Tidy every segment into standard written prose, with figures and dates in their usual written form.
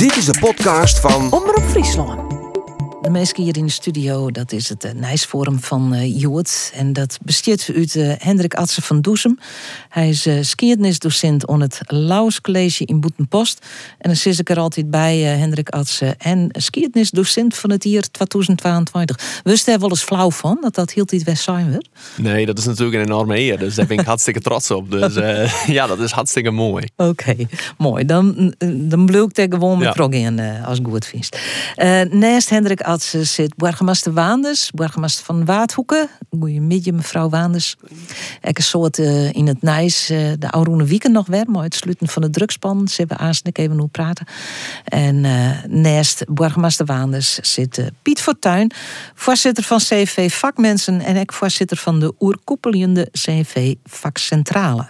Dit is de podcast van Omroep Friesland. De mensen hier in de studio, dat is het Nijsforum van Joet. En dat bestaat uit Hendrik Atsen van Doezem. Hij is geschiedenisdocent aan het Lauwers College in Boetenpost. En dan zit ik er altijd bij, Hendrik Atsen. En geschiedenisdocent van het jaar 2022. Wist hij wel eens flauw van, dat hield iets west zijn weer? Nee, dat is natuurlijk een enorme eer. Dus daar ben ik hartstikke trots op. Dus ja, dat is hartstikke mooi. Oké, mooi. Dan bleek ik er gewoon met prog in als ik goed vind. Naast Hendrik Atsen zit burgemeester Waanders, burgemeester van Waardhoeken. Goedemiddag, mevrouw Waanders. Ik een soort in het Nijs de Auroene Wieken nog weer, maar het sluiten van de drugspan. Ze hebben aanstek even hoe praten. En naast burgemeester Waanders zit Piet Fortuyn, voorzitter van CV Vakmensen en ik voorzitter van de oerkoepelende CV Vakcentrale.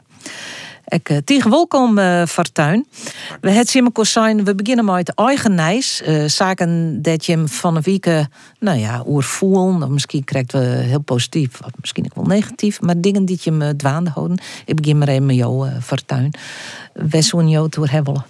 Ik tegen welkom, Fortuyn. We het zijn, we beginnen met het eigen Nijs. Zaken dat je hem van een week, oervoelen. Of misschien krijgt we heel positief, of misschien ook wel negatief. Maar dingen die je hem dwaande houden. Ik begin maar even met jou, Fortuyn. Wij zullen jou door hebben.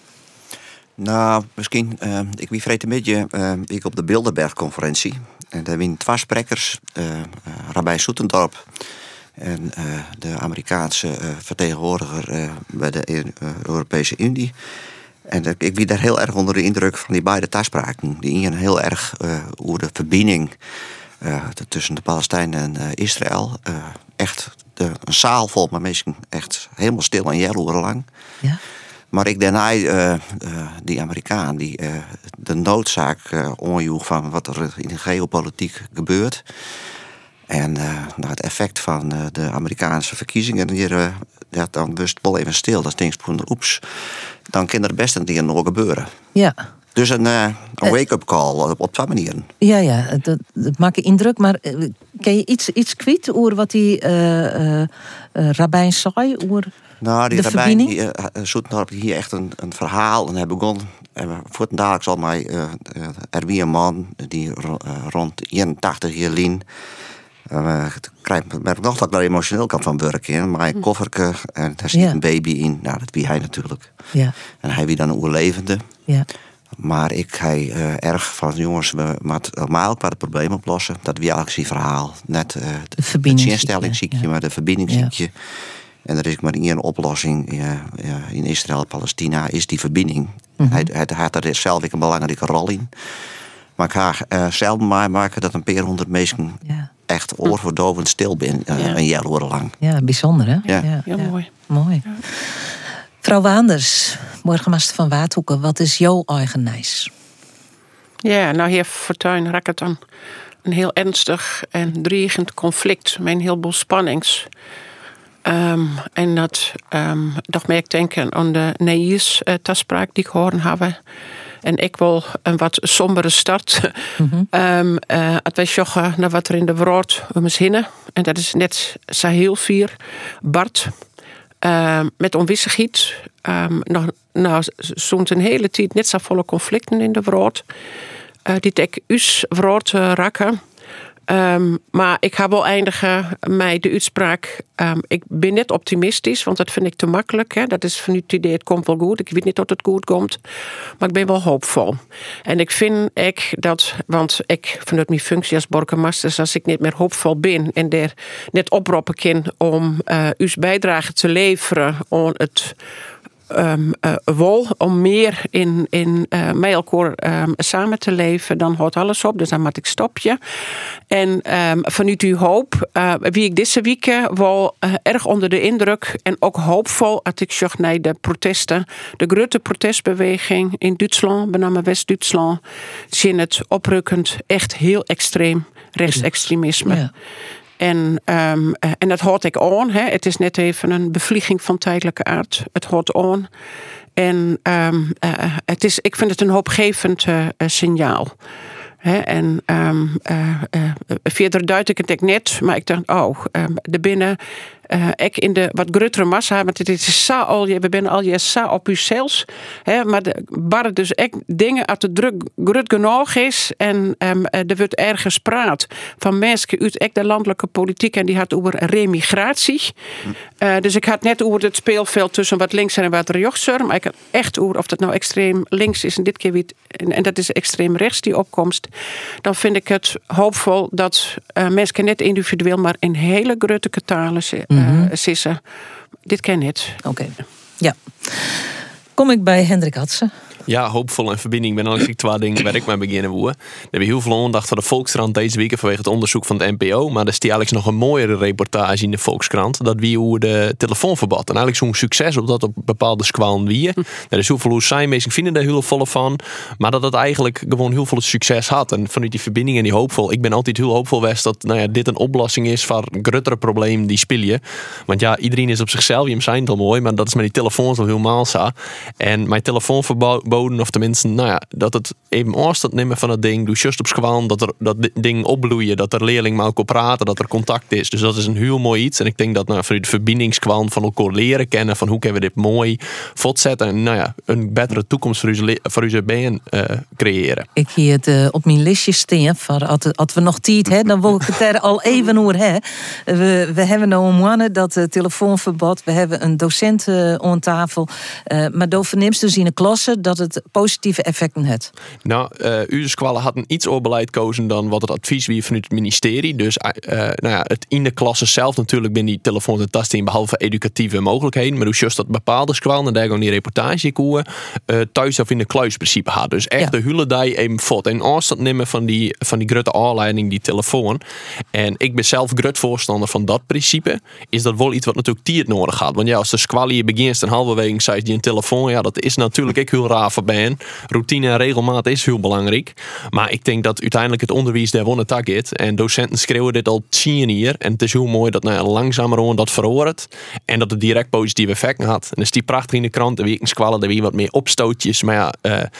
Nou, misschien, ik wie vreet een beetje ik op de Bilderberg-conferentie. En daar zijn 2 sprekers, Rabijn Soetendorp en de Amerikaanse vertegenwoordiger bij de Europese Unie. En ik ben daar heel erg onder de indruk van die beide toespraken. Die gingen heel erg over de verbinding tussen de Palestijnen en Israël. Echt een zaal vol, maar mensen echt helemaal stil en jarenlang. Ja. Maar ik denk die Amerikaan die de noodzaak onjoeg van wat er in de geopolitiek gebeurt. En het effect van de Amerikaanse verkiezingen hier, dan wist wel even stil. Dat denk ik, oeps, dan kan er best een ding nog gebeuren. Ja. Dus een wake-up call op 2 manieren. Ja, dat maakt indruk. Maar kan je iets kwijt over wat die Rabijn zei? Nou, die de Rabijn, verbinding? Soetendorp hier echt een verhaal. En hij begon, en voor het dadelijk zal mij er wie een man die rond 81 jaar lien. Ik merk nog dat ik daar emotioneel kan van werken. Maar een kofferke en daar zit een baby in. Nou, dat wie hij natuurlijk. Ja. En hij wie dan een oerlevende. Ja. Maar hij erg van jongens, we moeten helemaal het probleem oplossen. Dat wie eigenlijk zijn verhaal. Net het instellingsziekje, maar de verbindingsziekje. Ja. En er is maar één oplossing in Israël en Palestina, is die verbinding. Mm-hmm. Hij had er zelf een belangrijke rol in. Maar ik ga zelf maar maken dat een paar 100 mensen echt oorverdovend stil ben, een jaar lang. Ja, bijzonder hè? Ja, mooi. Mooi. Ja. Mevrouw Waanders, burgemeester van Waardhoeken, wat is jouw eigen Nijs? Ja, nou heer Fortuyn raakt het dan een heel ernstig en dreigend conflict met een heleboel spannings. En dat merk denken aan de Neïs-toespraak die ik horen hebben. En ik wil een wat sombere start. Mm-hmm. Het wij joggen naar wat er in de wereld om ons heen. En dat is net zo heel vier. Bart. Met onwissigheid. Zo'n een hele tijd net zo volle conflicten in de wereld. Die ik us wereld raken. Maar ik ga wel eindigen met de uitspraak. Ik ben net optimistisch, want dat vind ik te makkelijk. Hè? Dat is van het idee, het komt wel goed. Ik weet niet of het goed komt. Maar ik ben wel hoopvol. En ik vind dat, want ik vanuit mijn functie als burgemeester, als ik niet meer hoopvol ben en er net oproepen kan om uw bijdrage te leveren aan het wol om meer met elkaar samen te leven, dan houdt alles op. Dus dan moet ik stopje. En vanuit uw hoop, wie ik deze week wel erg onder de indruk en ook hoopvol dat ik zag naar de protesten, de grote protestbeweging in Duitsland, met name West-Duitsland, zien het oprukkend echt heel extreem rechtsextremisme. Ja. En dat hoort ik aan. Hè. Het is net even een bevlieging van tijdelijke aard. Het hoort aan. En ik vind het een hoopgevend signaal. Hè. En verder duid ik het net. Maar ik dacht, de binnen ik in de wat grotere massa, want het is zo al we zijn al je zo op uzelf, maar barre dus echt dingen als de druk groot genoeg is en er wordt ergens praat van mensen uit echt de landelijke politiek en die had over remigratie. Dus ik had net over het speelveld tussen wat links en wat rechts, maar ik had echt over of dat nou extreem links is en dit keer en dat is extreem rechts die opkomst. Dan vind ik het hoopvol dat mensen net individueel, maar in hele grote getalen sissen. Dit ken niet. Oké. Ja. Kom ik bij Hendrik Hatsen. Ja, hoopvol en verbinding ben eigenlijk twee dingen waar ik mee beginnen wil. Er hebben heel veel aandacht voor de Volkskrant deze week vanwege het onderzoek van het NPO. Maar er is eigenlijk nog een mooiere reportage in de Volkskrant. Dat wie hoe de telefoonverbod. En eigenlijk zo'n succes op dat op bepaalde squalen wie. Er is heel veel hoe zijn mensen vinden er heel veel van. Maar dat het eigenlijk gewoon heel veel succes had. En vanuit die verbinding en die hoopvol. Ik ben altijd heel hoopvol geweest dat dit een oplossing is voor grotere problemen die spelen. Want ja, iedereen is op zichzelf. Je zijn het al mooi. Maar dat is met die telefoons al helemaal zo. En mijn telefoonverbod of tenminste, dat het even afstand nemen van het ding, doe just op squalen, dat ding opbloeien, dat er leerling met elkaar praten, dat er contact is. Dus dat is een heel mooi iets. En ik denk dat voor de verbindingskwalen van elkaar leren kennen, van hoe kunnen we dit mooi voortzetten en een betere toekomst voor onze been creëren. Ik hier het op mijn listje staan, als we nog tijd hebben, dan wil ik het er al even over hebben. We hebben nou een mannen dat telefoonverbod, we hebben een docent aan tafel, maar door verneemst dus in de klasse dat het positieve effecten heeft. Nou, onze scholen hadden iets oorbeleid gekozen dan wat het advies wie vanuit het ministerie. Dus het in de klasse zelf natuurlijk ben die telefoon te tasten behalve educatieve mogelijkheden. Maar hoe just dat bepaalde scholen en daar gewoon die reportage koeien thuis of in de kluisprincipe had. Dus echt de hele dag even fot en afstand nemen van die grote aanleiding, die telefoon. En ik ben zelf groot voorstander van dat principe. Is dat wel iets wat natuurlijk tijd nodig gaat. Want ja, als de squalie begint en halverwege zei die een telefoon, ja, dat is natuurlijk ook heel raar voor ben. Routine en regelmaat is heel belangrijk. Maar ik denk dat uiteindelijk het onderwijs daar wonnen tak is. En docenten schreeuwen dit al 10 jaar. En het is heel mooi dat langzamerhand dat verhoort. En dat het direct positieve effecten had. En dus die prachtig in de krant. De weekenskwallen, daar weer wat meer opstootjes. Maar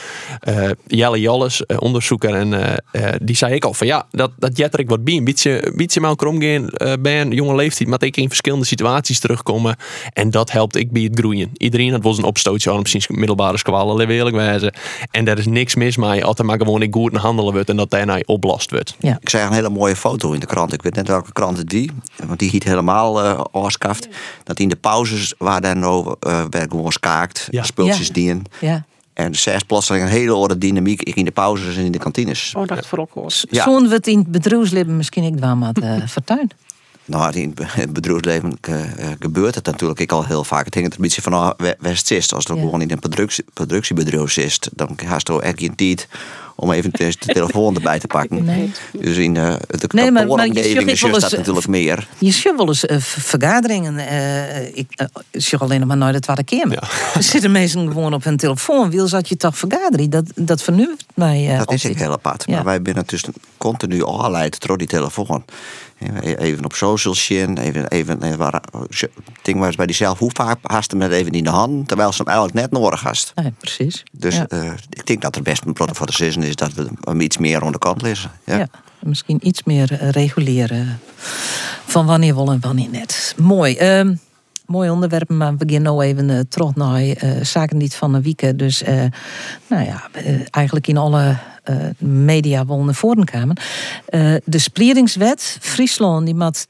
Jelle Jalles, onderzoeker. En die zei ik al van ja, dat jet er ik wat bij. Een beetje met elkaar omgaan. Ben jonge leeftijd. Maar ik in verschillende situaties terugkomen. En dat helpt ik bij het groeien. Iedereen had wel een opstootje aan misschien middelbare squallen. Eerlijk wijzen. En daar is niks mis mee als er maar gewoon in goed handelen wordt en dat daarna oplast wordt. Ja. Ik zag een hele mooie foto in de krant. Ik weet net welke krant het die, want die hiet helemaal afskaft. Dat in de pauzes waar dan nou werd gewoon skaakt, spultjes dienen. Ja. En zes plotseling een hele orde dynamiek in de pauzes en in de kantines. Oh, dat vooral was. Zo'n we het in het bedrijfsleven misschien ik daar maar vertuin. Nou, in het bedrijfsleven gebeurt het natuurlijk ik al heel vaak. Het hangt er een beetje van West is. Als er gewoon in een productiebedrijf zit, dan haast er echt geen tijd om even de telefoon erbij te pakken. Nee. Dus in de kantooromgeving is dat natuurlijk meer. Je ziet wel eens vergaderingen. Ik zeg alleen nog maar nooit het waar de keer. Er zitten mensen gewoon op hun telefoon. Wil zat je toch vergaderen? Dat vernuft mij. Dat is ik heel apart. Maar wij zijn dus continu aanleid door die telefoon. Even op social zien, even ding waar ze bij diezelf hoe vaak haast hem net even in de hand, terwijl ze hem eigenlijk net nodig hast. Nee, precies. Dus ik denk dat er best een product voor de season is dat we hem iets meer aan de kant lezen. Ja, misschien iets meer reguleren van wanneer wel en wanneer net. Mooi. Mooi onderwerp, maar we beginnen nou even terug naar zaken niet van een week. Dus eigenlijk in alle media wel naar voren kwamen. De spleringswet Friesland die moet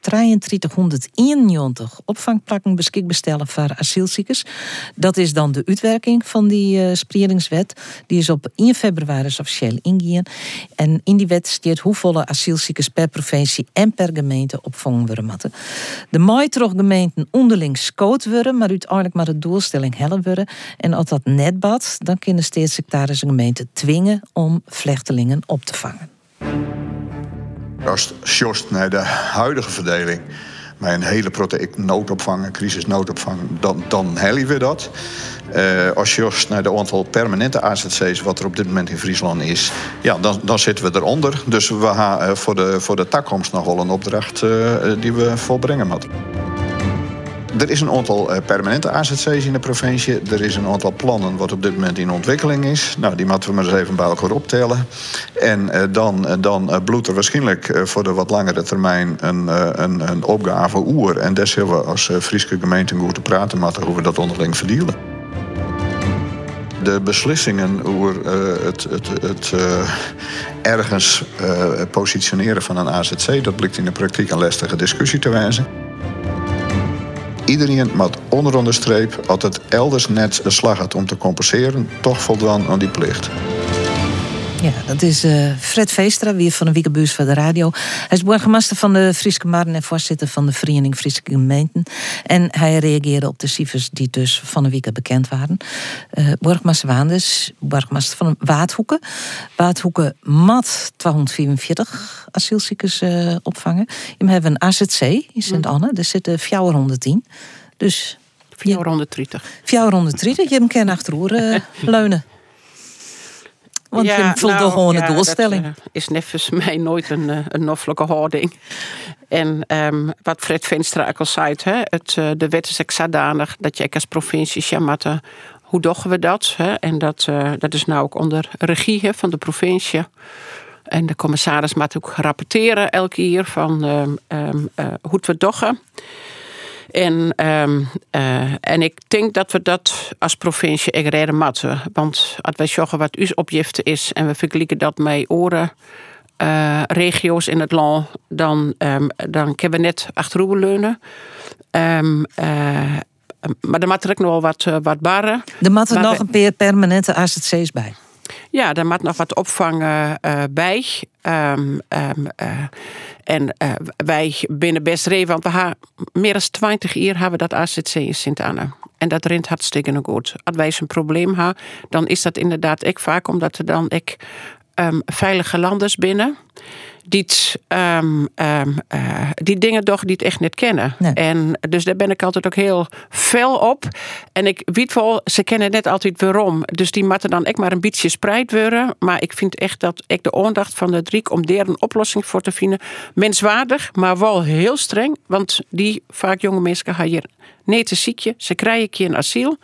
3391 opvangplekken beschikbaar stellen voor asielzoekers. Dat is dan de uitwerking van die spleringswet. Die is op 1 februari officieel ingegaan. En in die wet staat hoeveel asielzoekers per provincie en per gemeente opvangen worden moeten. De maaitrouw gemeenten onderling scout worden, maar uiteindelijk maar de doelstelling helpen worden. En als dat net bad, dan kunnen staatssecretaris en gemeente dwingen om vluchtelingen op te vangen. Als just naar de huidige verdeling met een hele noodopvang, crisisnoodopvang, dan hellen we dat. Als just naar de aantal permanente AZC's wat er op dit moment in Friesland is, ja, dan zitten we eronder. Dus we gaan voor de toekomst nog wel een opdracht die we volbrengen moeten. Er is een aantal permanente AZC's in de provincie. Er is een aantal plannen wat op dit moment in ontwikkeling is. Nou, die moeten we maar eens even bij elkaar optellen. En dan bloedt er waarschijnlijk voor de wat langere termijn een opgave oer. En daar zullen we als Friese gemeente goed te praten moeten hoe we dat onderling verdelen. De beslissingen over het ergens positioneren van een AZC... dat blijkt in de praktijk een lastige discussie te wijzen. Iedereen moet onderaan de streep, als het elders net een slag had om te compenseren... toch voldaan aan die plicht. Ja, dat is Fred Veestra, weer van de Wiekenbuurs van de radio. Hij is burgemeester van de Friese Marne en voorzitter van de Vereniging Friese Gemeenten. En hij reageerde op de cijfers die dus van de week bekend waren. Burgemeester Waanders, burgemeester van Waadhoeken. Waadhoeken mat 244 asielziekers opvangen. We hebben een AZC in Sint-Anne, daar zitten 410. Dus 430. 430, je hem kan achterover leunen. Want je vult toch gewoon een doelstelling. Dat is net volgens mij nooit een noffelijke houding. En wat Fred Veenstra ook al zei, de wet is zodanig dat je als provincie hoe doen we dat? En dat is nou ook onder regie van de provincie. En de commissaris moet ook rapporteren elke jaar van hoe we het doen. En ik denk dat we dat als provincie echt redden moeten. Want als wij zeggen wat uw opgifte is en we vergelijken dat met andere regio's in het land, dan kunnen we net achterover leunen. Maar er moet er ook nog wat barren. Er moeten nog een paar permanente AZC's bij. Ja, daar moet nog wat opvang bij. En wij binnen best reven, want we hebben meer dan 20 jaar hebben we dat AZC in Sint-Anne. En dat rent hartstikke goed. Als wij een probleem hebben, dan is dat inderdaad ook vaak omdat er dan veilige landers binnen die dingen toch die het echt niet kennen. Nee. En dus daar ben ik altijd ook heel fel op. En ik weet wel, ze kennen net altijd waarom. Dus die moeten dan echt maar een beetje spreid worden. Maar ik vind echt dat ik de aandacht van de Driek om daar een oplossing voor te vinden, menswaardig, maar wel heel streng. Want die vaak jonge mensen gaan hier niet te ziekje. Ze krijgen een asiel.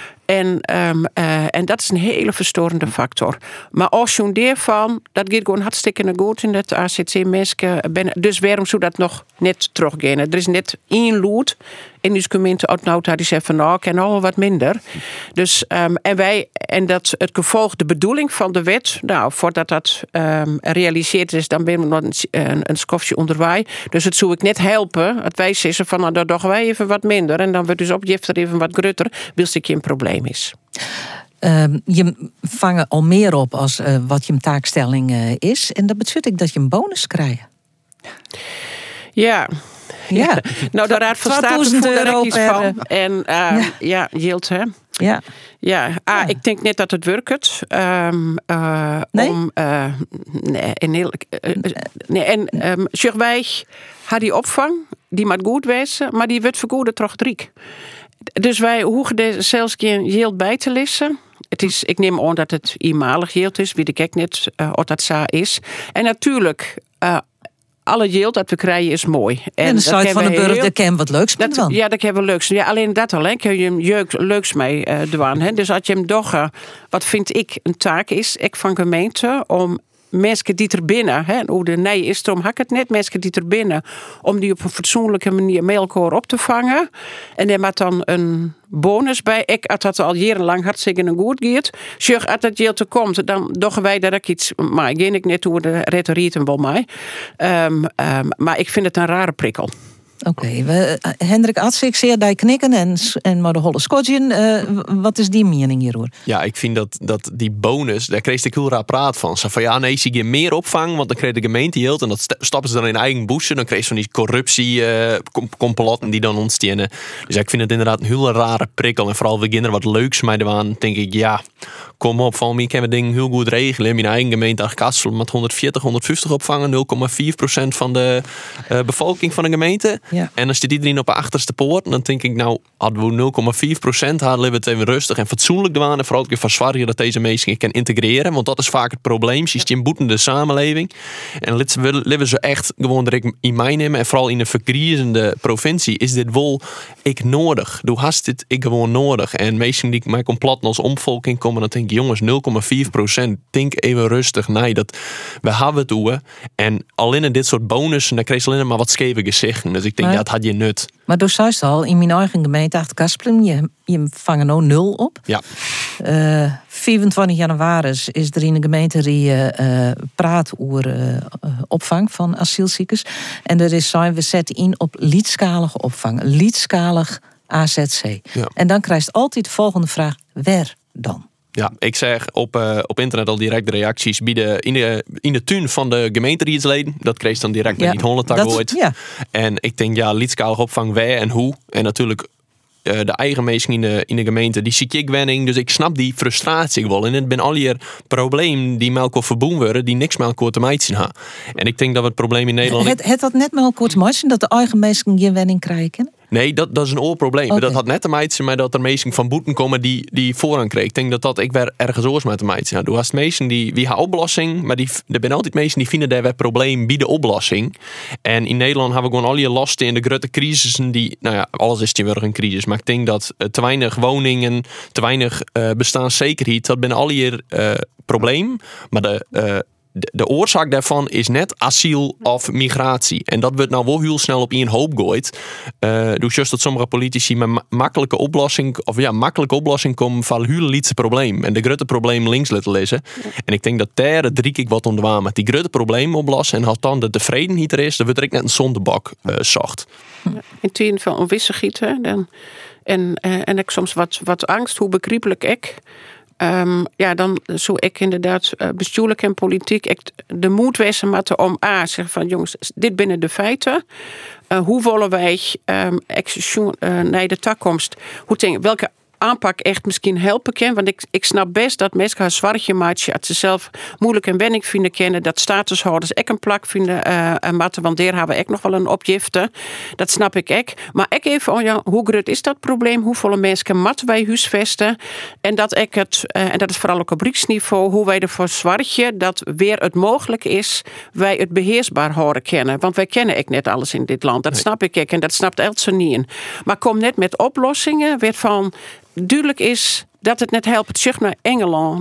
En dat is een hele verstorende factor. Maar als je daarvan, dat gaat gewoon hartstikke goed in het AZC-mensen. Dus waarom zou dat nog net teruggaan? Er is net één lood in die gemeente Oud-Nauta die zegt van nou, ik ken al wat minder. Dus, en dat het gevolg, de bedoeling van de wet, nou, voordat dat realiseerd is, dan ben we nog een skofje onderwij. Dus het zou ik net helpen. Het wij zeggen van nou, dan doen wij even wat minder. En dan wordt dus opgifte even wat grutter, wist ik je een probleem is. Je vangt al meer op als wat je taakstelling is. En dat betekent dat je een bonus krijgt. Ja. Ja. Nou, de Raad van State voelt er iets van. En Jilt, hè? Ja. Ja. Ik denk net dat het werkt. Nee? Wij had die opvang, die moet goed wezen, maar die wordt vergoed toch Driek. Dus wij hoeven er zelfs geen Jilt bij te lezen. Ik neem aan dat het eenmalig Jilt is, wie de gek net of dat zo is. En natuurlijk, alle Jilt dat we krijgen is mooi. En de site van de burger, daar ken wat leuks mee van. Ja, daar ken we leuks. Ja, alleen dat al, kun je hem leuks mee doen. Dus als je hem toch, wat vind ik een taak is, ik van gemeente, om mensen die er binnen, hoe de nee is, daarom hak het net, mensen die er binnen, om die op een fatsoenlijke manier met elkaar op te vangen. En er moet dan een bonus bij. Als dat al jarenlang hartstikke een goed gaat. Zeg, als dat Jilte komt, dan doen wij daar ook iets. Maar ik ik net hoe de retoriet hem wel mij. Maar ik vind het een rare prikkel. Oké, Hendrik Atse, ik zie jij knikken en maar de holle skotjen. Wat is die mening hierover? Ja, ik vind dat die bonus, daar kreeg ik heel raar praat van. Zo van ja, nee, zie je meer opvang, want dan kreeg de gemeente hield en dat stappen ze dan in eigen boezen. Dan kreeg ze van die corruptie complotten die dan ontstenen. Dus ik vind het inderdaad een hele rare prikkel. En vooral we kinderen wat leuks mee doen, denk ik, ja, kom op, van mij kan we dingen heel goed regelen. In mijn eigen gemeente Kassel met 140, 150 opvangen, 0,4% van de bevolking van de gemeente. Ja. En dan zit iedereen op de achterste poort. Dan denk ik, nou, hadden we 0,4% hadden we het even rustig en fatsoenlijk doen. En vooral ook van zorgen dat deze mensen kan integreren. Want dat is vaak het probleem. Je ziet in boetende samenleving. En willen ze echt gewoon direct in mij nemen. En vooral in een verkriezende provincie is dit wel ik nodig. Doe hast dit ik gewoon nodig. En mensen die mij compleet als omvolking komen, dan denk ik, jongens, 0,4%. Denk even rustig. Nee, dat we hebben het doen. En alleen in dit soort bonussen, dan kreeg je alleen maar wat scheve gezichten. Dus ik denk, dat had je nut. Maar door juist al, in mijn eigen gemeente Achterkaspelen, je vangt nou 0 op. Ja. 24 januari is er in de gemeente die praat over opvang van asielziekers. En er is we zetten in op liedschalige opvang. Liedschalig AZC. Ja. En dan krijg je altijd de volgende vraag, waar dan? Ja, ik zeg op internet al direct de reacties bieden in de tuin van de gemeenteraadsleden. Dat kreeg dan direct met niet 100 ooit. Ja. En ik denk, liedschalige opvang, waar en hoe. En natuurlijk de eigen mensen in de gemeente, die zie ik wenning. Dus ik snap die frustratie wel. En het ben al hier problemen die met elkaar verbonden worden, die niks met elkaar te maken hebben. En ik denk dat we het probleem in Nederland... Het had net met elkaar te maken dat de eigen mensen geen wenning krijgen? Nee, dat is een oorprobleem. Okay. Dat had net te maken met dat er mensen van boeten komen die voorrang kreeg. Ik denk dat ik weer ergens oors met te maken. Doe hast mensen die hebben oplossing, maar er zijn altijd mensen die vinden dat we het probleem bij de oplossing. En in Nederland hebben we gewoon al je lasten in de grote crisissen die, nou ja, alles is weer een crisis. Maar ik denk dat te weinig woningen, te weinig bestaanszekerheid, dat ben al hier probleem. Maar de oorzaak daarvan is net asiel of migratie. En dat wordt nou wel heel snel op één hoop gooit. Dus juist dat sommige politici met makkelijke oplossing komen van heel lietse probleem. En de grote probleem links laten lezen. En ik denk dat daar drie ik wat onderdwaan met die grote probleem oplossen. En als dan de tevredenheid er is, dan wordt er net een zondebak zacht. In tijden van onwissigheid. En ik soms wat angst, hoe begrijpelijk ik. Dan zou ik inderdaad bestuurlijk en politiek de moed wezen moeten om zeggen van jongens, dit binnen de feiten. Hoe willen wij naar de toekomst? Welke aanpak echt misschien helpen kan? Want ik snap best dat mensen gaan zwartje maken als ze zelf moeilijk en wenning vinden kennen, dat statushouders ook een plak vinden matten, want daar hebben we ook nog wel een opgifte. Dat snap ik ook. Maar ik even, hoe groot is dat probleem? Hoeveel mensen matten wij huisvesten? En dat en dat is vooral ook op riksniveau, hoe wij ervoor zwartje dat weer het mogelijk is, wij het beheersbaar horen kennen. Want wij kennen ook net alles in dit land. Dat snap ik ook en dat snapt Eltsen niet. Maar kom net met oplossingen, weer van duidelijk is dat het net helpt. Zeg naar Engeland,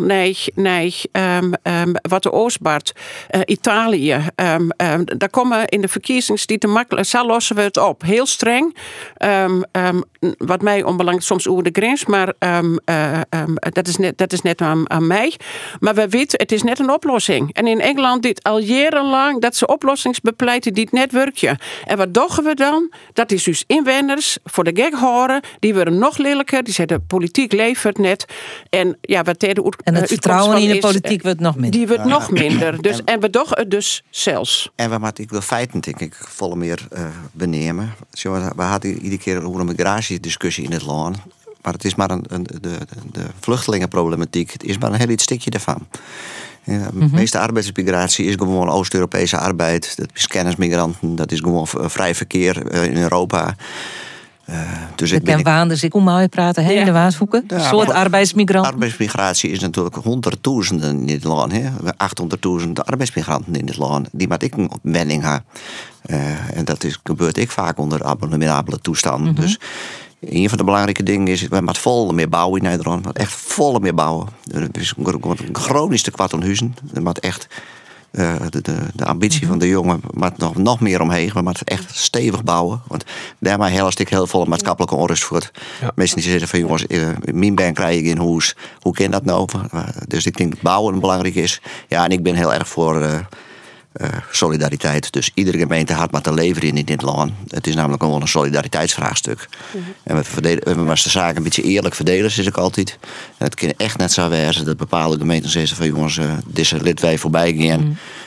wat de Oostbart, Italië. Daar komen in de verkiezingen die te makkelijk. Zo lossen we het op. Heel streng. Wat mij onbelangrijk soms over de grens, maar dat is net aan mij. Maar we weten, het is net een oplossing. En in Engeland dit al jarenlang dat ze oplossingsbepleiten die het net werken. En wat doen we dan? Dat is dus inwoners voor de gek horen. Die worden nog lelijker. Die zeggen de politiek levert net. En ja, wat en het vertrouwen in de politiek wordt nog minder. Die wordt nog minder. Dus, en we doen het dus zelfs. En we moeten de feiten, denk ik, volle meer benemen. We hadden iedere keer over een migratiediscussie in het land. Maar het is maar de vluchtelingenproblematiek. Het is maar een heel iets stukje daarvan. Ja, de meeste arbeidsmigratie is gewoon Oost-Europese arbeid. Dat is kennismigranten. Dat is gewoon vrij verkeer in Europa. Dus ik ken Waanders, ik kom maar praten, hè, in de Waashoeken. Een soort arbeidsmigranten. Arbeidsmigratie is natuurlijk honderdduizenden in dit land. 800.000 arbeidsmigranten in dit land. Die moet ik een wenning hebben. En dat gebeurt ik vaak onder abominabele toestanden. Dus een van de belangrijke dingen is, we moeten volle meer bouwen in Nederland. We moeten echt volle meer bouwen. Er is een chronisch tekort aan huizen. Er moet echt de ambitie van de jongen moet nog meer omheen. We moeten echt stevig bouwen. Want daarmee helst ik heel veel maatschappelijke onrust voort. Ja. Mensen die zeggen van jongens, mijn baan krijg ik in huis. Hoe kan dat nou? Dus ik denk dat bouwen belangrijk is. Ja, en ik ben heel erg voor solidariteit. Dus iedere gemeente had maar te leveren in dit land. Het is namelijk gewoon een solidariteitsvraagstuk. En we moeten de zaken een beetje eerlijk verdelen, zeg ik altijd. En het kan echt net zo wezen dat bepaalde gemeenten zeggen van jongens, deze lid wij voorbij gaan.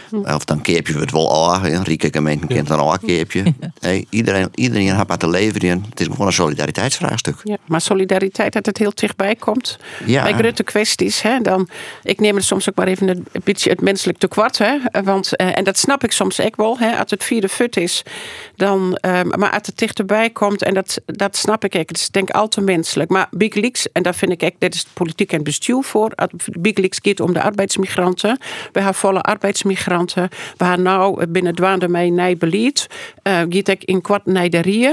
Of dan keerpje we het wel al. Rieke gemeenten kent dan al een keerpje. Hey, iedereen heeft wat te leveren. Het is gewoon een solidariteitsvraagstuk. Ja, maar solidariteit dat het heel dichtbij komt. Bij grote kwesties. Dan, ik neem het soms ook maar even een beetje het menselijk tekort. Want, en dat snap ik soms ook wel. Als het vierde fut is. Dan, maar als het dichterbij komt. En dat snap ik ook. Het is denk ik al te menselijk. Maar Big Leaks, en daar vind ik ook. Dit is politiek en bestuur voor. Big Leaks gaat om de arbeidsmigranten. We hebben volle arbeidsmigranten. We hebben nou binnen dwaande mij nij beleid. Gaat ik in kwart Nijderieën.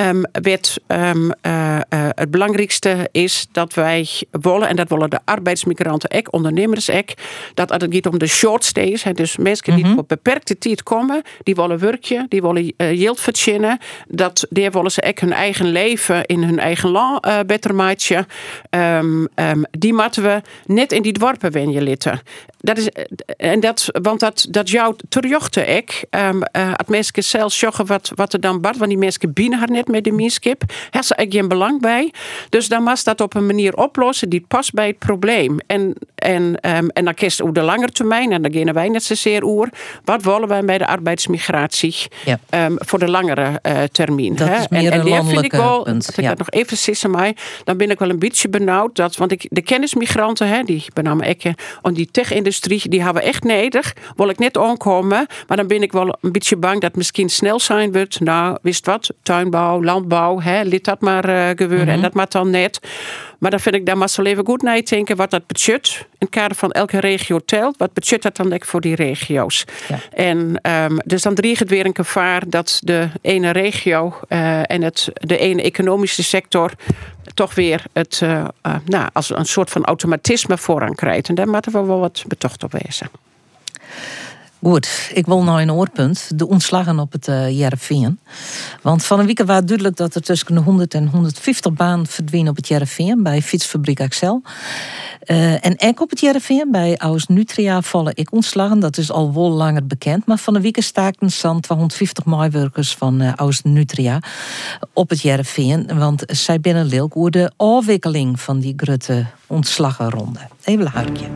Het belangrijkste is dat wij willen, en dat willen de arbeidsmigranten ook, ondernemers ook, dat als het gaat om de short stays, dus mensen die voor beperkte tijd komen, die willen werken, die willen geld verdienen, die willen ze ook hun eigen leven in hun eigen land beter maken. Die moeten we net in die dorpen wenje litten. Dat is, en dat jou terjochten ik. Als mensen zelf zeggen wat er dan bad, want die mensen binnen haar net met de mieskip, hebben ze eigenlijk geen belang bij. Dus dan moet dat op een manier oplossen die past bij het probleem. En dan kiest op de lange termijn, en daar gaan wij net zozeer over, wat willen wij bij de arbeidsmigratie voor de langere termijn. Dat is meer en een daar vind ik wel, punt. dat ik dat nog even sissen mij, dan ben ik wel een beetje benauwd, want de kennismigranten, die benamen ik, en die tech-industrie, die hebben we echt nodig. Wil ik net aankomen, maar dan ben ik wel een beetje bang dat het misschien snel zijn wordt. Nou, wist wat, tuinbouw, landbouw, liet dat maar gebeuren en dat maar dan net. Maar dan vind ik, daar moet ze even goed nadenken wat dat budget in het kader van elke regio telt. Wat budget dat dan voor die regio's. Ja. En dus dan dreigt het weer een gevaar dat de ene regio en de ene economische sector toch weer het als een soort van automatisme voorrang krijgt. En daar moeten we wel wat betocht op wezen. Goed, ik wil nou een oorpunt. De ontslagen op het Jereveen. Want van een week was duidelijk dat er tussen de 100 en 150 banen verdwijnen op het Jereveen bij fietsfabriek Axel. En ook op het Jereveen bij Aus Nutria vallen ik ontslagen. Dat is al wel langer bekend. Maar van de week staakten zo'n 250 medewerkers van Aus Nutria op het Jereveen. Want zij binnen leuk over de afwikkeling van die grote ontslagenronde. Even luisteren.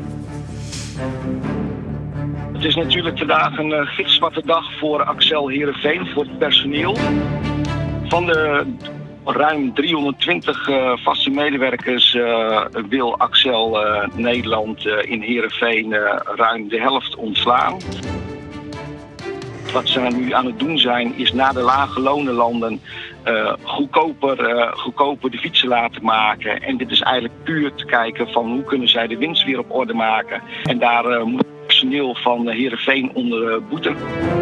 Het is natuurlijk vandaag een gitzwarte dag voor Axel Heerenveen, voor het personeel. Van de ruim 320 vaste medewerkers wil Axel Nederland in Heerenveen ruim de helft ontslaan. Wat ze nu aan het doen zijn, is naar de lage lonenlanden goedkoper de fietsen laten maken. En dit is eigenlijk puur te kijken van hoe kunnen zij de winst weer op orde maken. En daar moet het personeel van Heerenveen onder boeten.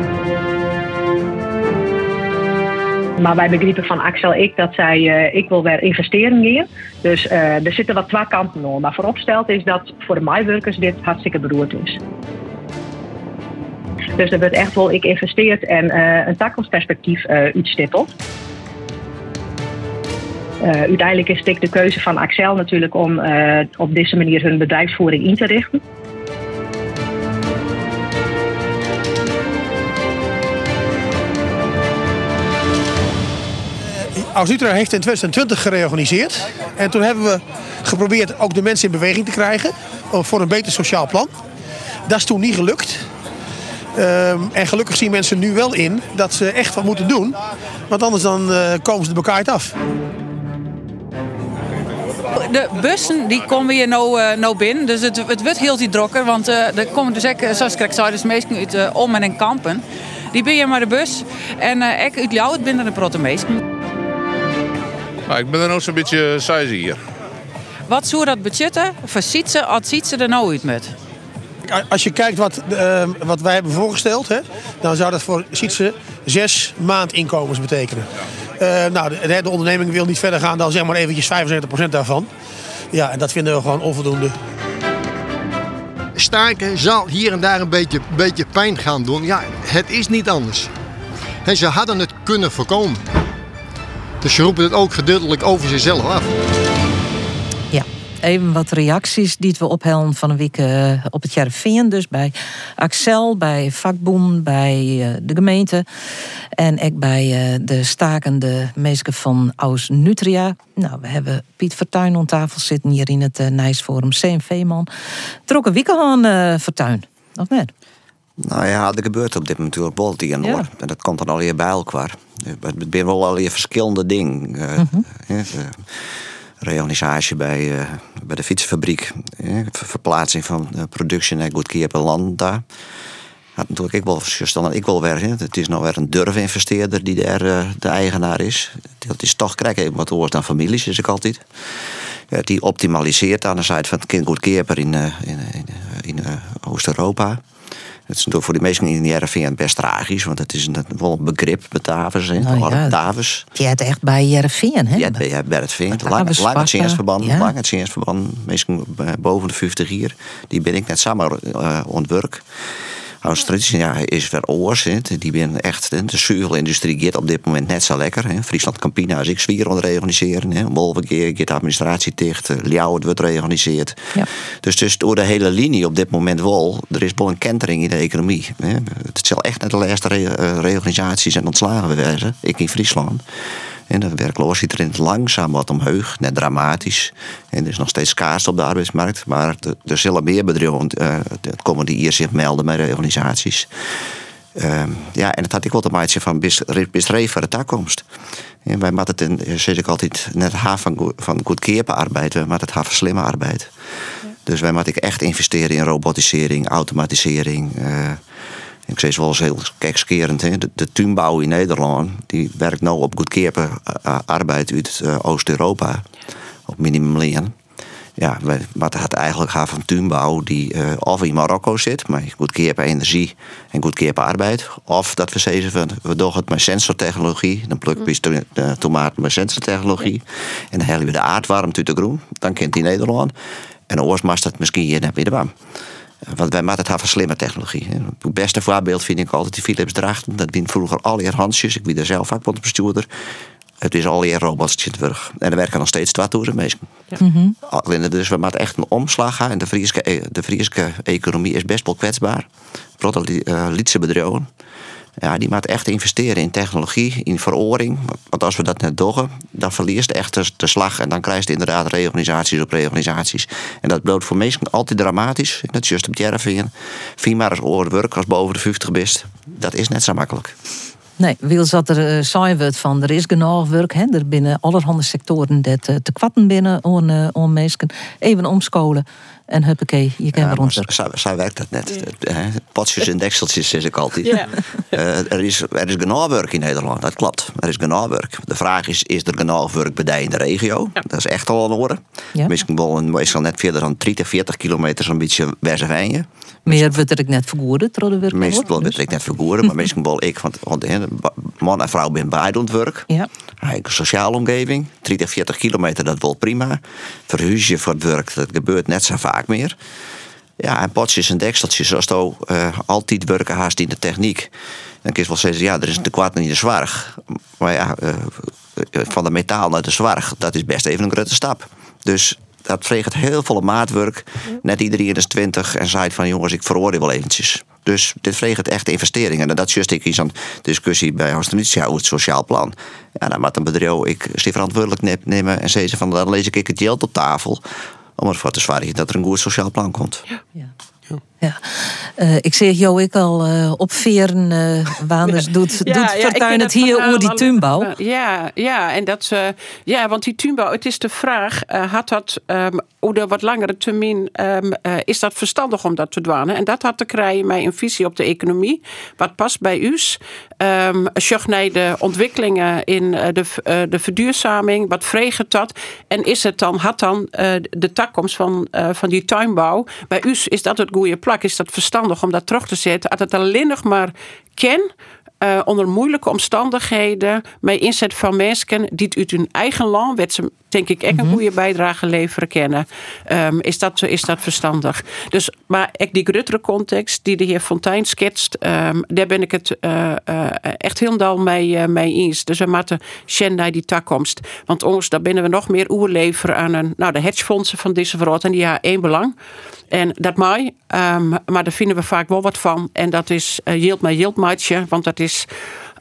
Maar wij begrepen van Axel dat zij ik wil weer investeren gaan. Dus er zitten wat twee kanten op. Maar vooropgesteld is dat voor de medewerkers dit hartstikke beroerd is. Dus er wordt echt wel investeerd en een toekomstperspectief uitstippeld. Uiteindelijk is het de keuze van Axel natuurlijk om op deze manier hun bedrijfsvoering in te richten. Aus Nutria heeft in 2020 gereorganiseerd. En toen hebben we geprobeerd ook de mensen in beweging te krijgen voor een beter sociaal plan. Dat is toen niet gelukt. En gelukkig zien mensen nu wel in dat ze echt wat moeten doen. Want anders dan komen ze de elkaar af. De bussen die komen hier nou binnen. Dus het wordt heel drukker. Want er komen dus ook, zoals ik zei, dus meesten uit Ommen en Kampen. Die ben je maar de bus. En ik uit jou, het binnen de protomeesten. Nou, ik ben er nog zo'n beetje saai hier. Wat zou dat budgetten voor Sietse als Sietse er nou uit met? Als je kijkt wat wij hebben voorgesteld, dan zou dat voor Sietse 6 maandinkomens betekenen. De onderneming wil niet verder gaan dan zeg maar eventjes 75% daarvan. Ja, en dat vinden we gewoon onvoldoende. Staken zal hier en daar een beetje pijn gaan doen. Ja, het is niet anders. En ze hadden het kunnen voorkomen. Dus ze roepen het ook gedeeltelijk over zichzelf af. Ja, even wat reacties die we ophellen van een week op het Jereveen. Dus bij Axel, bij Vakboen, bij de gemeente. En ook bij de stakende mensen van Aus Nutria. Nou, we hebben Piet Fortuyn aan tafel zitten hier in het Nijsforum. CNV-man. Trokken week aan Fortuyn, of net? Nou ja, er gebeurt op dit moment natuurlijk wel het een en ander. En dat komt dan alweer bij elkaar. Het zijn wel alweer verschillende dingen. Reorganisatie bij de fietsenfabriek. Verplaatsing van productie naar goedkope landen daar. Had natuurlijk ik wel weer. Het is nou weer een durfinvesteerder die daar de eigenaar is. Dat is toch, krijg even wat oors dan families, is ik altijd. Die optimaliseert aan de zijde van het kind goedkoper in Oost-Europa. Dat is natuurlijk voor die mensen in de Heerenveen best tragisch, want het is wel een begrip, Batavus. Batavus. Die had echt bij Heerenveen, hè? Ja, bij Heerenveen. Lang het ziensverband. Mensen boven de 50 jaar, die ben ik net samen ontwerk. Australië is weer oors. Die ben echt, de zuivelindustrie gaat op dit moment net zo lekker. Friesland Campina is ik zwier aan het reorganiseren. Wolvenkeer gaat de administratie dicht. Ljouwert wordt reorganiseerd. Ja. Dus door de hele linie op dit moment wel. Er is wel een kentering in de economie. Het zal echt net de laatste reorganisaties en ontslagen wezen. Ik in Friesland. En de werkloosheid trint langzaam wat omhoog, net dramatisch. En er is nog steeds schaarste op de arbeidsmarkt. Maar er zullen meer bedrijven het komende jaar zich melden met reorganisaties. En dat had ik wel te maken van bestreven voor de toekomst. En wij maken het, zeg ik altijd, net van goedkope arbeid. Wij maken het van slimme arbeid. Ja. Dus wij moeten echt investeren in robotisering, automatisering. Ik zeg wel eens heel kekskerend. De tuinbouw in Nederland die werkt nou op goedkope arbeid uit Oost-Europa. Op minimumloon. Ja, maar het eigenlijk gaat van tuinbouw die of in Marokko zit, met goedkope energie en goedkope arbeid. Of dat we zeggen van we doen het met sensortechnologie. Dan plukken we de tomaten met sensortechnologie. En dan halen we de aardwarmte uit de groen. Dan kent die Nederland. En oors mag dat misschien hier net bij de baan. Want wij maken het van slimme technologie. Het beste voorbeeld vind ik altijd die Philips Drachten. Dat wint vroeger al eer Hansjes. Ik ben daar zelf vakbondbestuurder. Het is al eer robots in het werk. En er werken nog steeds 2000 mensen. Ja. Mm-hmm. Dus we maken echt een omslag gaan. En de Friese economie is best wel kwetsbaar. Vooral Lietse bedrijven. Ja, die moet echt investeren in technologie, in veroring. Want als we dat net doen, dan verliest echt de slag. En dan krijg je inderdaad reorganisaties op reorganisaties. En dat blijft voor mensen altijd dramatisch. Dat is juist op Heerenveen. 4 maar als oorwerk als boven de 50 best. Dat is net zo makkelijk. Nee, wil zat er zijn wordt van er is genoeg werk. Hè? Er binnen allerhande sectoren dat te kwatten binnen om mensen. Even omscholen. En huppakee, je kan weer rond. Zo werkt dat net. Potjes en dekseltjes, zeg ik altijd. Yeah. Er is genoeg werk in Nederland, dat klopt. Er is genoeg werk. De vraag is er genoeg werk bij in de regio? Ja. Dat is echt al aan de orde. Ja. Misschien net verder dan 30, 40 kilometer zo'n beetje Westerveen. Meer wordt ik net vergoeden, trouwens werk. Meestal wordt ik net vergoeden, maar misschien wel ik, want man en vrouw ben beide aan het werk. Ja. Een sociale omgeving, 30, 40 kilometer, dat wel prima. Verhuizen voor het werk, dat gebeurt net zo vaak meer. Ja, en potjes en dekseltjes, als je altijd werken haast in de techniek. Dan kun je wel zeggen, ja, er is een kwaad in de zwaar. Maar ja, van de metaal naar de zwaar, dat is best even een grote stap. Dus dat vreegt heel veel maatwerk. Net iedereen is 20 en zei van jongens, ik veroordeel wel eventjes. Dus dit vreegt echt investeringen. En dat is juist ik eens aan discussie bij Australië over het sociaal plan. Ja, dan moet een bedrijf ik verantwoordelijk nemen en zeggen van dan lees ik het geld op tafel. Om ervoor te zorgen dat er een goed sociaal plan komt. Ja. Ja. Ik zeg jou ik al op veren waanders doet fortuin het hier over die tuinbouw. Ja, en dat want die tuinbouw, het is de vraag, had dat op de wat langere termijn is dat verstandig om dat te doen? En dat had te krijgen met een visie op de economie. Wat past bij u? Zocht naar de ontwikkelingen in de verduurzaming, wat vreegt dat? En is het dan, had dan de toekomst van die tuinbouw, bij u is dat het goede plak? Is dat verstandig om dat terug te zetten? Als het alleen nog maar ken, onder moeilijke omstandigheden, met inzet van mensen die uit hun eigen land, werd ze denk ik echt een goede bijdrage leveren kennen. Is dat verstandig? Dus, maar ik die grotere context die de heer Fontijn schetst, daar ben ik het echt helemaal mee eens. Dus we moeten zien naar die toekomst. Want ons, daar binnen we nog meer oerleveren aan de hedgefondsen van deze wereld. En die hebben één belang. En dat mij, maar daar vinden we vaak wel wat van. En dat is yield maatje, want dat is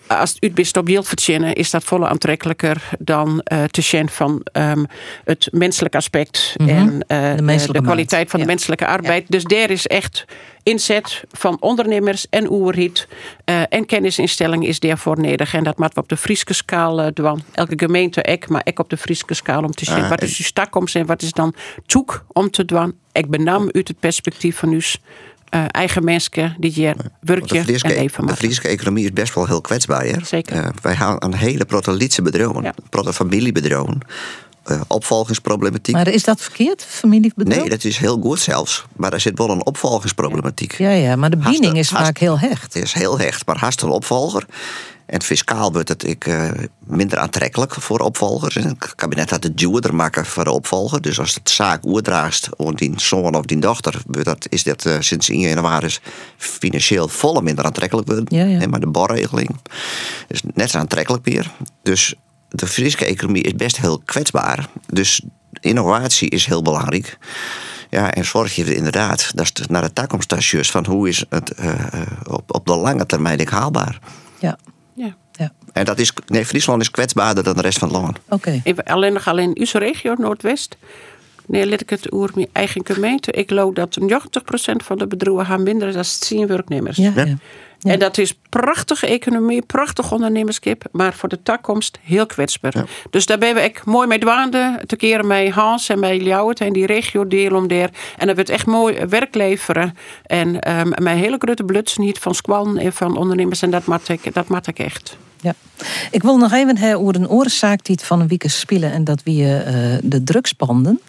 als het uitbest op yield verzinnen, is dat volle aantrekkelijker dan te zien van het menselijk aspect en de kwaliteit van de menselijke arbeid. Ja. Dus daar is echt inzet van ondernemers en oerhiet en kennisinstellingen is daarvoor nodig. En dat moet we op de Frieske schaal doen. Elke gemeente maar ook op de Frieske schaal om te zien wat is uw takkomst en wat is dan zoek om te doen. Ik benam uit het perspectief van uw eigen mensen die hier werkje en leven maken. De Friese economie is best wel heel kwetsbaar. Hè? Zeker. Wij hebben een hele proto-Lietse bedrijven, proto-familiebedrijven. Opvolgingsproblematiek. Maar is dat verkeerd, familiebedrijf? Nee, dat is heel goed zelfs. Maar er zit wel een opvolgingsproblematiek. Ja, maar de bediening is vaak heel hecht. Het is heel hecht, maar haast een opvolger. En fiscaal wordt het minder aantrekkelijk voor opvolgers. En het kabinet had het duurder maken voor de opvolger. Dus als het zaak oerdraagt aan die zoon of die dochter, is dat sinds 1 januari financieel volle minder aantrekkelijk worden. Ja. Maar de borregeling is net zo aantrekkelijk meer. Dus de Friese economie is best heel kwetsbaar. Dus innovatie is heel belangrijk. Ja, en zorg je inderdaad, dat is naar de toekomststages van hoe is het op de lange termijn haalbaar. Ja. En Friesland is kwetsbaarder dan de rest van het land. Okay. Alleen in uw regio, Noordwest. Nee, let ik het over mijn eigen gemeente. Ik geloof dat 90% van de bedrijven hebben minder dan 10 werknemers. Ja. En dat is prachtige economie, prachtig ondernemerschap, maar voor de toekomst heel kwetsbaar. Ja. Dus daar ben ik mooi mee dwaande, te keren met Hans en met Ljouwert en die regio deel om daar. En dat wordt echt mooi werk leveren. En mijn hele grote blutsen niet van squallen en van ondernemers. En dat maak ik echt. Ja. Ik wil nog even over een oorzaak die het van een week spelen en dat wie de drugspanden.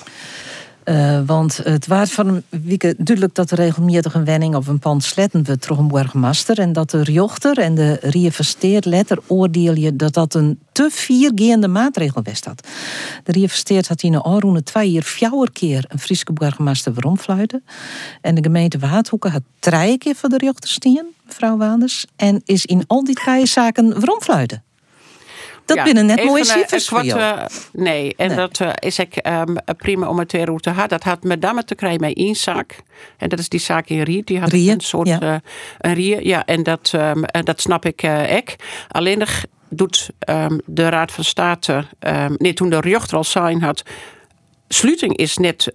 Want het was van een week duidelijk dat er regelmatig een wenning op een pand sletten we terug een burgemeester en dat de rechter en de reïnvesteerd letter oordeelje dat een te viergaande maatregel was dat. De reïnvesteerd had in een aanroende 2 jaar 4 keer een Friese burgemeester veromfluiten en de gemeente Waardhoeken had 3 keer voor de rechter stien, mevrouw Waanders, en is in al die 3 zaken veromfluiten. Dat binnen net mooie cijfers voor jou. Nee, dat is ik prima om het te houden. Dat had met name te krijgen met 1 zaak. En dat is die zaak in Rie. Die had een soort een Rie. Ja, en dat snap ik ook. Alleen doet de Raad van State, toen de rechter al zijn had. Sluiting is net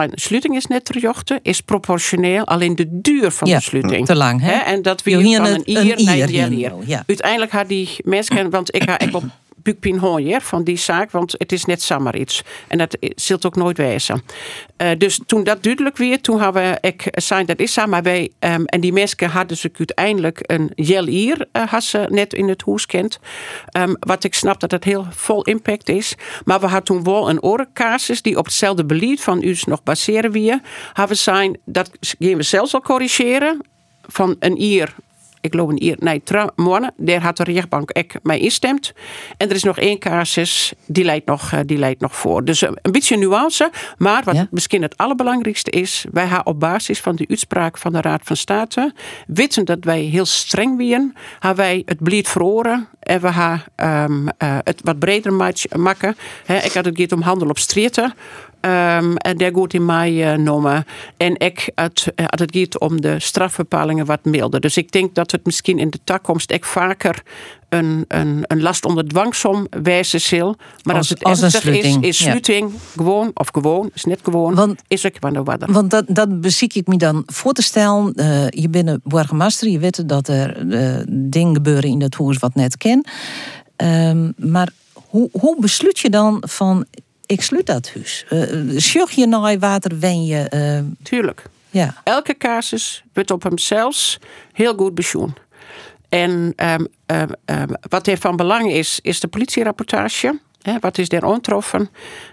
te rechten, is proportioneel, alleen de duur van de sluiting. Te lang, hè? En dat we van een jaar naar een jaar. Ja. Uiteindelijk had die mensen, want ik op buikpijn hoor van die zaak, want het is net zomaar iets. En dat zult ook nooit wezen. Dus toen dat duidelijk werd, toen hebben we zijn dat is zo, maar wij en die mensen hadden ze uiteindelijk een hier had ze net in het huis kent. Wat ik snap dat het heel vol impact is. Maar we hadden toen wel een orencasus die op hetzelfde beleid van u nog baseren weer. Hebben zijn dat gaan we zelfs al corrigeren van een jaar. Ik geloof een jaar, 3 maanden. Daar had de rechtbank ook mee instemd. En er is nog 1 casus, die leidt nog voor. Dus een beetje nuance. Maar wat misschien het allerbelangrijkste is, wij hebben op basis van de uitspraak van de Raad van State, weten dat wij heel streng zijn, hebben wij het beleid verhoren en we hebben het wat breder maken. Ik had het om handel op straten. En daar goed in mij noemen. En het gaat om de strafbepalingen wat milder. Dus ik denk dat het misschien in de toekomst vaker een last onder dwangsom wijzen zal. Maar als het ernstig is sluiting gewoon, is net gewoon, is ook wel wat. Want dat beziek ik me dan voor te stellen. Je bent een burgemeester, je weet dat er dingen gebeuren in dat huis wat net ken. Maar hoe besluit je dan van ik sluit dat huis? Sjoch je naar water wen je? Tuurlijk. Ja. Elke casus wordt op hemzelf heel goed besjoen. En wat er van belang is de politierapportage. Wat is er aangetroffen?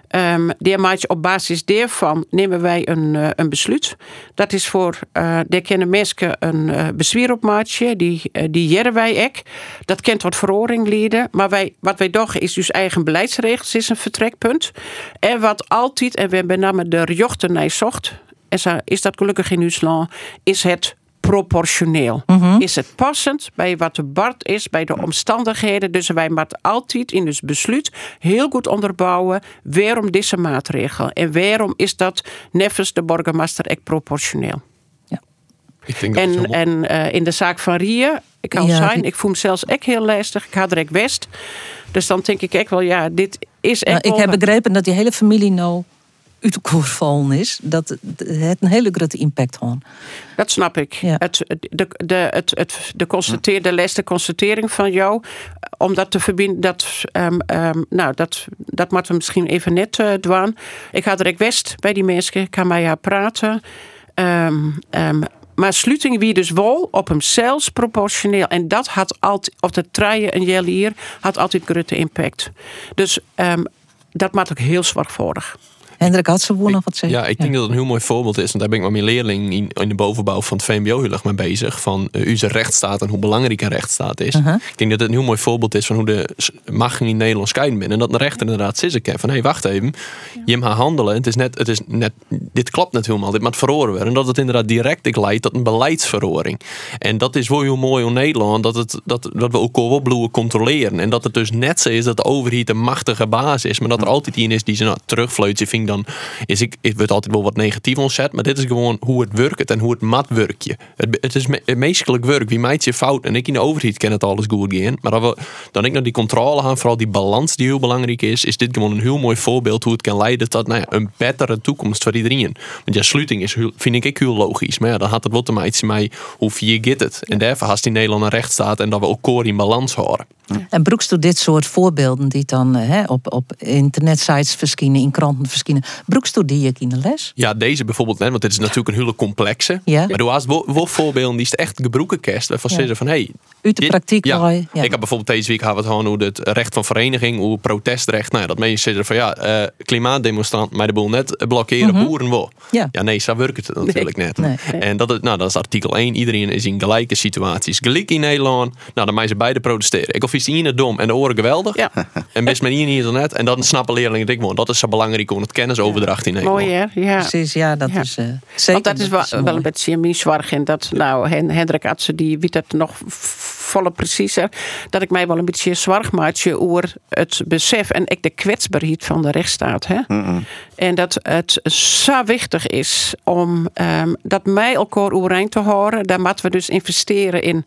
Op basis daarvan nemen wij een besluit. Dat is voor daar kunnen mensen een bezwaar op maken. Die jaren wij ook. Dat kent wat verhoring leiden. Maar wat wij doen is dus eigen beleidsregels is een vertrekpunt. En wat altijd, en we hebben met name de rechter naar zocht. En is dat gelukkig in ons land, is het proportioneel. Is het passend bij wat de Bart is, bij de omstandigheden. Dus wij moeten altijd in ons besluit heel goed onderbouwen waarom deze maatregel. En waarom is dat nevens de burgemeester echt proportioneel. Ja. Ik denk en in de zaak van Rie Ik kan Ja, zijn. Ik voel me zelfs echt heel lastig. Ik had er echt west. Dus dan denk ik echt wel, ja, dit is echt Ik heb begrepen dat die hele familie nou uit de koer vallen is. Dat het een hele grote impact had. Dat snap ik. Ja. De les, de constatering van jou, om dat te verbinden, dat moeten we misschien even net doen. Ik ga direct west bij die mensen, ik kan met haar praten. Maar sluiting wie dus wel op hemzelf proportioneel. En dat had altijd, of dat traaien een jaar hier, had altijd grote impact. Dus dat maakt ook heel zorgvuldig. Hendrik had ze nog wat zeggen. Ja, ik denk dat het een heel mooi voorbeeld is. Want daar ben ik met mijn leerling in de bovenbouw van het VMBO heel erg mee bezig. Van onze rechtsstaat en hoe belangrijk een rechtsstaat is. Ik denk dat het een heel mooi voorbeeld is van hoe de machten in Nederland scheiden binnen. En dat de rechter inderdaad zitten kan van, hé, wacht even. Je mag handelen. Het is net, dit klopt net helemaal. Dit moet verhoren worden. En dat het inderdaad direct leidt tot een beleidsverhoring. En dat is wel heel mooi in Nederland. Dat we ook wel bloeien controleren. En dat het dus net zo is dat de overheid een machtige baas is. Maar dat er altijd iemand is die ze terugfluit. Vind dan is ik word altijd wel wat negatief ontzet, maar dit is gewoon hoe het werkt en hoe het mat werkt. Het is meestelijk werk. Wie maakt je fout? En ik in de overheid ken het alles goed gaan. Maar dan ik naar die controle gaan, vooral die balans die heel belangrijk is dit gewoon een heel mooi voorbeeld hoe het kan leiden tot een betere toekomst voor iedereen. Want ja, sluiting is vind ik heel logisch. Maar ja, dan had het wat te maken met hoe vier gaat het. En daarvoor haast in Nederland een rechtsstaat en dat we elkaar in balans houden. En broekst u dit soort voorbeelden die dan op internetsites verschijnen, in kranten verschijnen, broekst u die in de les? Ja, deze bijvoorbeeld net, want dit is natuurlijk een hele complexe. Ja. Maar er was wel voorbeelden die is echt gebroken kerst. Waarvan zeggen van, hey, uit de praktijk. Ja. Ik heb bijvoorbeeld deze week gehad gewoon hoe het recht van vereniging, hoe protestrecht, dat mensen zeggen van klimaatdemonstrant, maar de boel net blokkeren, boeren wel. Ja. Nee, zo werkt het natuurlijk net. Nee. En dat is artikel 1. Iedereen is in gelijke situaties. Gelijk in Nederland. Dan mogen ze beide protesteren. Ik of is de ene dom en de oren geweldig. Ja. En best met hier niet net. En dan snappen leerlingen dit gewoon. Dat is zo belangrijk om het kennisoverdracht in Nederland. Mooi hè? Ja. Precies, ja, dat is zeker. Want dat is wel een beetje mijn zorg. En dat Hendrik Atsen, die weet het nog volle preciezer. Dat ik mij wel een beetje zorg maak over het besef en ik de kwetsbaarheid van de rechtsstaat. Hè? En dat het zo wichtig is om dat mij elkaar overeind te houden. Daar moeten we dus investeren in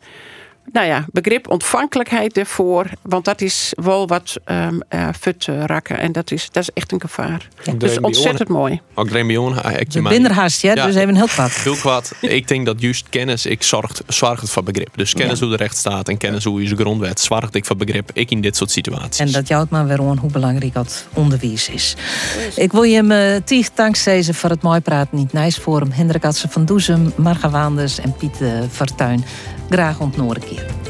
begrip ontvankelijkheid ervoor. Want dat is wel wat fut raken. En dat is echt een gevaar. Ja. Dus ontzettend mooi. Ook Remion. De binderhaast, dus even heel wat. Heel wat. Ik denk dat juist kennis, zorgt het voor begrip. Dus kennis hoe de rechtsstaat en kennis hoe je grondwet zorgt ik voor begrip. Ik in dit soort situaties. En dat jouwt maar weer aan hoe belangrijk dat onderwijs is. Ik wil je me dankzij voor het mooi praten in het Nijsforum. Hendrik Atsen van Doezem, Marga Waanders en Piet Fortuyn. Graag ontnoren keer.